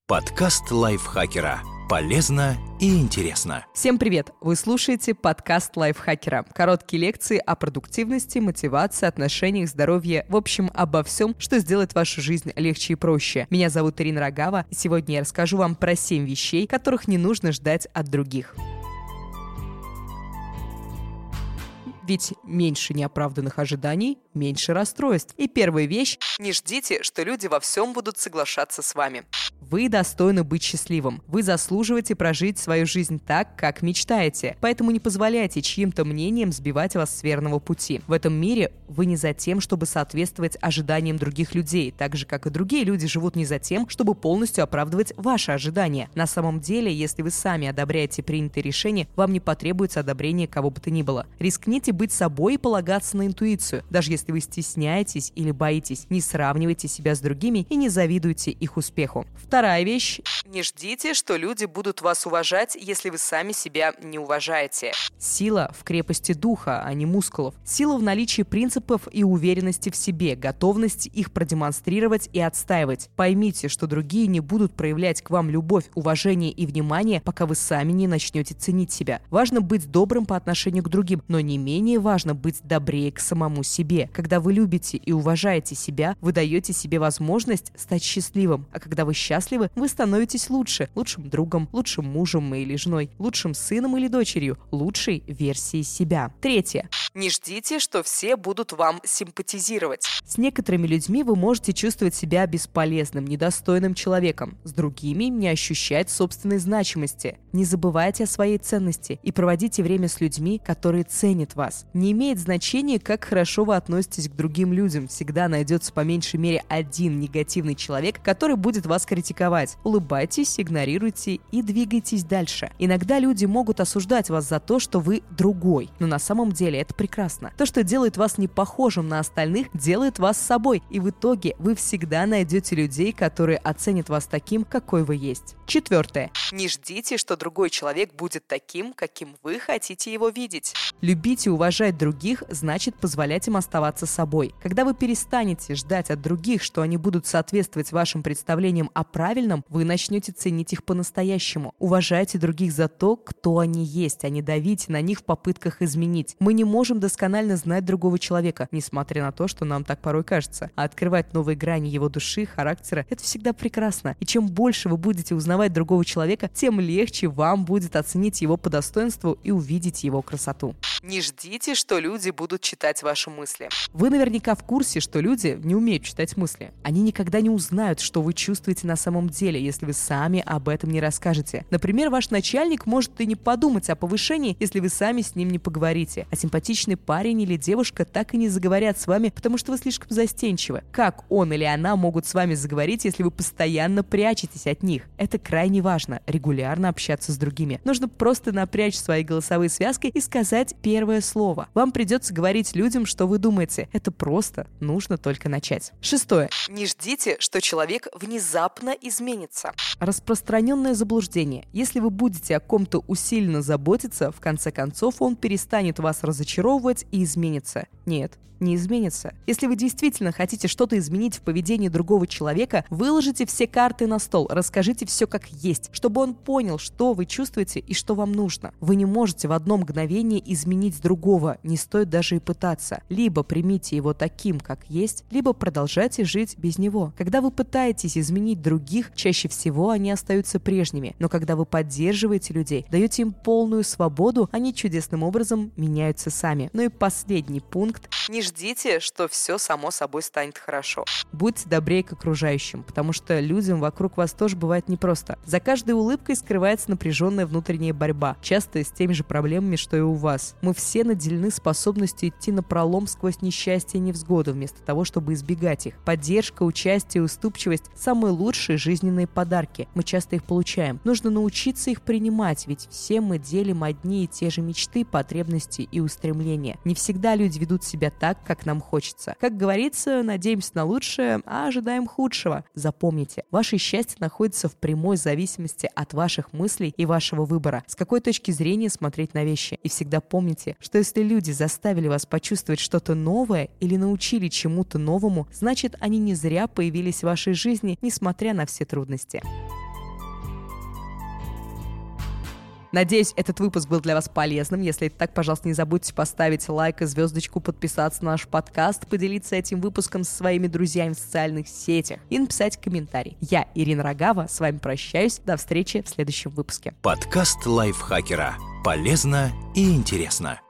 Подкаст лайфхакера. Полезно и интересно. Всем привет! Вы слушаете подкаст лайфхакера. Короткие лекции о продуктивности, мотивации, отношениях, здоровье. В общем, обо всем, что сделает вашу жизнь легче и проще. Меня зовут Ирина Рогава, и сегодня я расскажу вам про 7 вещей, которых не нужно ждать от других. Ведь меньше неоправданных ожиданий, меньше расстройств. И первая вещь – не ждите, что люди во всем будут соглашаться с вами. Вы достойны быть счастливым. Вы заслуживаете прожить свою жизнь так, как мечтаете. Поэтому не позволяйте чьим-то мнениям сбивать вас с верного пути. В этом мире вы не за тем, чтобы соответствовать ожиданиям других людей, так же, как и другие люди живут не за тем, чтобы полностью оправдывать ваши ожидания. На самом деле, если вы сами одобряете принятые решения, вам не потребуется одобрение кого бы то ни было. Рискните быть собой и полагаться на интуицию. Даже если вы стесняетесь или боитесь, не сравнивайте себя с другими и не завидуйте их успеху. Вторая вещь. Не ждите, что люди будут вас уважать, если вы сами себя не уважаете. Сила в крепости духа, а не мускулов. Сила в наличии принципов и уверенности в себе, готовности их продемонстрировать и отстаивать. Поймите, что другие не будут проявлять к вам любовь, уважение и внимание, пока вы сами не начнете ценить себя. Важно быть добрым по отношению к другим, но не менее важно быть добрее к самому себе. Когда вы любите и уважаете себя, вы даете себе возможность стать счастливым, а когда вы счастливы, вы становитесь лучшим другом, лучшим мужем или женой, лучшим сыном или дочерью, лучшей версией себя. Третье. Не ждите, что все будут вам симпатизировать. С некоторыми людьми вы можете чувствовать себя бесполезным, недостойным человеком. С другими не ощущать собственной значимости. Не забывайте о своей ценности и проводите время с людьми, которые ценят вас. Не имеет значения, как хорошо вы относитесь к другим людям. Всегда найдется по меньшей мере один негативный человек, который будет вас критиковать. Улыбайтесь, игнорируйте и двигайтесь дальше. Иногда люди могут осуждать вас за то, что вы другой, но на самом деле это прекрасно. То, что делает вас не похожим на остальных, делает вас собой, и в итоге вы всегда найдете людей, которые оценят вас таким, какой вы есть. Четвертое. Не ждите, что другой человек будет таким, каким вы хотите его видеть. Любить и уважать других значит позволять им оставаться собой. Когда вы перестанете ждать от других, что они будут соответствовать вашим представлениям о правильном, вы начнете ценить их по-настоящему. Уважайте других за то, кто они есть, а не давите на них в попытках изменить. Мы не можем досконально знать другого человека, несмотря на то, что нам так порой кажется. А открывать новые грани его души, характера – это всегда прекрасно. И чем больше вы будете узнавать другого человека, тем легче вам будет оценить его по достоинству и увидеть его красоту. Не ждите, что люди будут читать ваши мысли. Вы наверняка в курсе, что люди не умеют читать мысли. Они никогда не узнают, что вы чувствуете на самом деле, если вы сами об этом не расскажете. Например, ваш начальник может и не подумать о повышении, если вы сами с ним не поговорите. А симпатичный парень или девушка так и не заговорят с вами, потому что вы слишком застенчивы. Как он или она могут с вами заговорить, если вы постоянно прячетесь от них? Это крайне важно – регулярно общаться с другими. Нужно просто напрячь свои голосовые связки и сказать первое слово. Вам придется говорить людям, что вы думаете. Это просто. Нужно только начать. Шестое. Не ждите, что человек внезапно изменится. Распространенное заблуждение. Если вы будете о ком-то усиленно заботиться, в конце концов он перестанет вас разочаровывать и изменится. Нет, не изменится. Если вы действительно хотите что-то изменить в поведении другого человека, выложите все карты на стол, расскажите все как есть, чтобы он понял, что вы чувствуете и что вам нужно. Вы не можете в одно мгновение изменить другого, не стоит даже и пытаться. Либо примите его таким, как есть, либо продолжайте жить без него. Когда вы пытаетесь изменить других, чаще всего они остаются прежними. Но когда вы поддерживаете людей, даете им полную свободу, они чудесным образом меняются сами. Ну и последний пункт. Не ждите, что все само собой станет хорошо. Будьте добрее к окружающим, потому что людям вокруг вас тоже бывает непросто. За каждой улыбкой скрывается напряженная внутренняя борьба, часто с теми же проблемами, что и у вас. Мы все наделены способностью идти напролом сквозь несчастья и невзгоды, вместо того, чтобы избегать их. Поддержка, участие, уступчивость – самые лучшие жизненные подарки. Мы часто их получаем. Нужно научиться их принимать, ведь все мы делим одни и те же мечты, потребности и устремления. Не всегда люди ведут себя так, как нам хочется. Как говорится, надеемся на лучшее, а ожидаем худшего. Запомните, ваше счастье находится в прямой зависимости от ваших мыслей и вашего выбора, с какой точки зрения смотреть на вещи. И всегда помните, что если люди заставили вас почувствовать что-то новое или научили чему-то новому, значит, они не зря появились в вашей жизни, несмотря на все трудности. Надеюсь, этот выпуск был для вас полезным. Если это так, пожалуйста, не забудьте поставить лайк и звездочку, подписаться на наш подкаст, поделиться этим выпуском со своими друзьями в социальных сетях и написать комментарий. Я, Ирина Рогава, с вами прощаюсь. До встречи в следующем выпуске. Подкаст лайфхакера. Полезно и интересно.